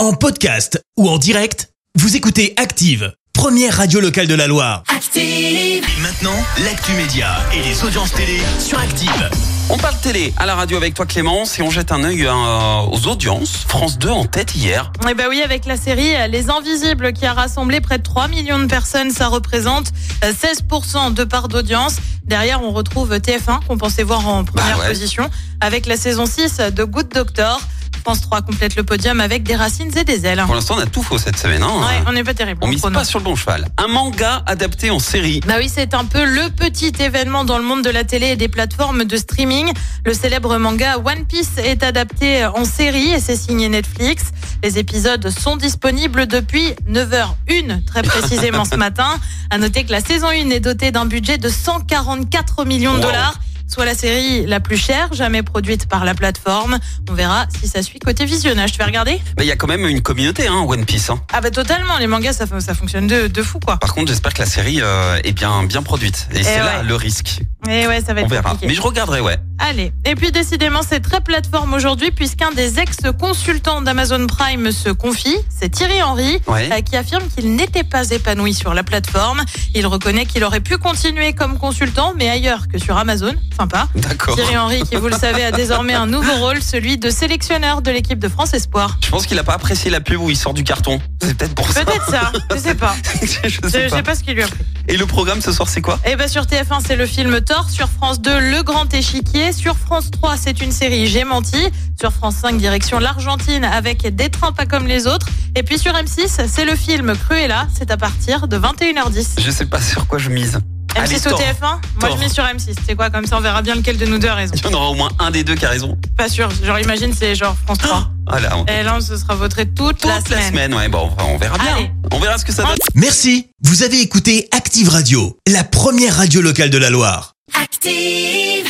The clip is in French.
En podcast ou en direct, vous écoutez Active, première radio locale de la Loire. Active! Et maintenant, l'actu média et les audiences télé sur Active. On parle télé à la radio avec toi Clémence et on jette un œil aux audiences. France 2 en tête hier. Eh ben oui, avec la série Les Invisibles qui a rassemblé près de 3 millions de personnes, ça représente 16% de part d'audience. Derrière, on retrouve TF1 qu'on pensait voir en première position avec la saison 6 de Good Doctor. France 3 complète le podium avec des racines et des ailes. Pour l'instant, on a tout faux cette semaine. Ouais, on n'est pas terrible. On mise pas sur le bon cheval. Un manga adapté en série. Bah oui, c'est un peu le petit événement dans le monde de la télé et des plateformes de streaming. Le célèbre manga One Piece est adapté en série et c'est signé Netflix. Les épisodes sont disponibles depuis 9h01 très précisément ce matin. À noter que la saison 1 est dotée d'un budget de 144 millions de dollars. Soit la série la plus chère jamais produite par la plateforme. On verra si ça suit côté visionnage. Tu vas regarder ? Mais il y a quand même une communauté, One Piece. Ah bah totalement, les mangas ça fonctionne de fou quoi. Par contre, j'espère que la série est bien produite. Et c'est là le risque. Et ouais, ça va être compliqué. On verra. Mais je regarderai, Allez, et puis décidément c'est très plateforme aujourd'hui puisqu'un des ex-consultants d'Amazon Prime se confie, c'est Thierry Henry qui affirme qu'il n'était pas épanoui sur la plateforme. Il reconnaît qu'il aurait pu continuer comme consultant mais ailleurs que sur Amazon. Sympa. D'accord. Thierry Henry qui, vous le savez, a désormais un nouveau rôle, celui de sélectionneur de l'équipe de France Espoir. Je pense qu'il a pas apprécié la pub où il sort du carton. C'est peut-être pour ça. Peut-être ça, je sais pas. Je sais pas ce qu'il lui a pris. Et le programme ce soir c'est quoi ? Eh ben sur TF1 c'est le film Thor, sur France 2 Le Grand Échiquier, sur France 3 c'est une série J'ai menti, sur France 5 direction l'Argentine avec Des trains pas comme les autres, et puis sur M6 c'est le film Cruella, c'est à partir de 21h10. Je sais pas sur quoi je mise. M6 ou TF1 ? Moi je mise sur M6, c'est quoi, comme ça on verra bien lequel de nous deux a raison. Il y en aura au moins un des deux qui a raison. Pas sûr, genre imagine c'est genre France 3. Et là ce sera voté toute la semaine. On verra bien. Allez. On verra ce que ça donne. Merci, vous avez écouté Active Radio, la première radio locale de la Loire. Active!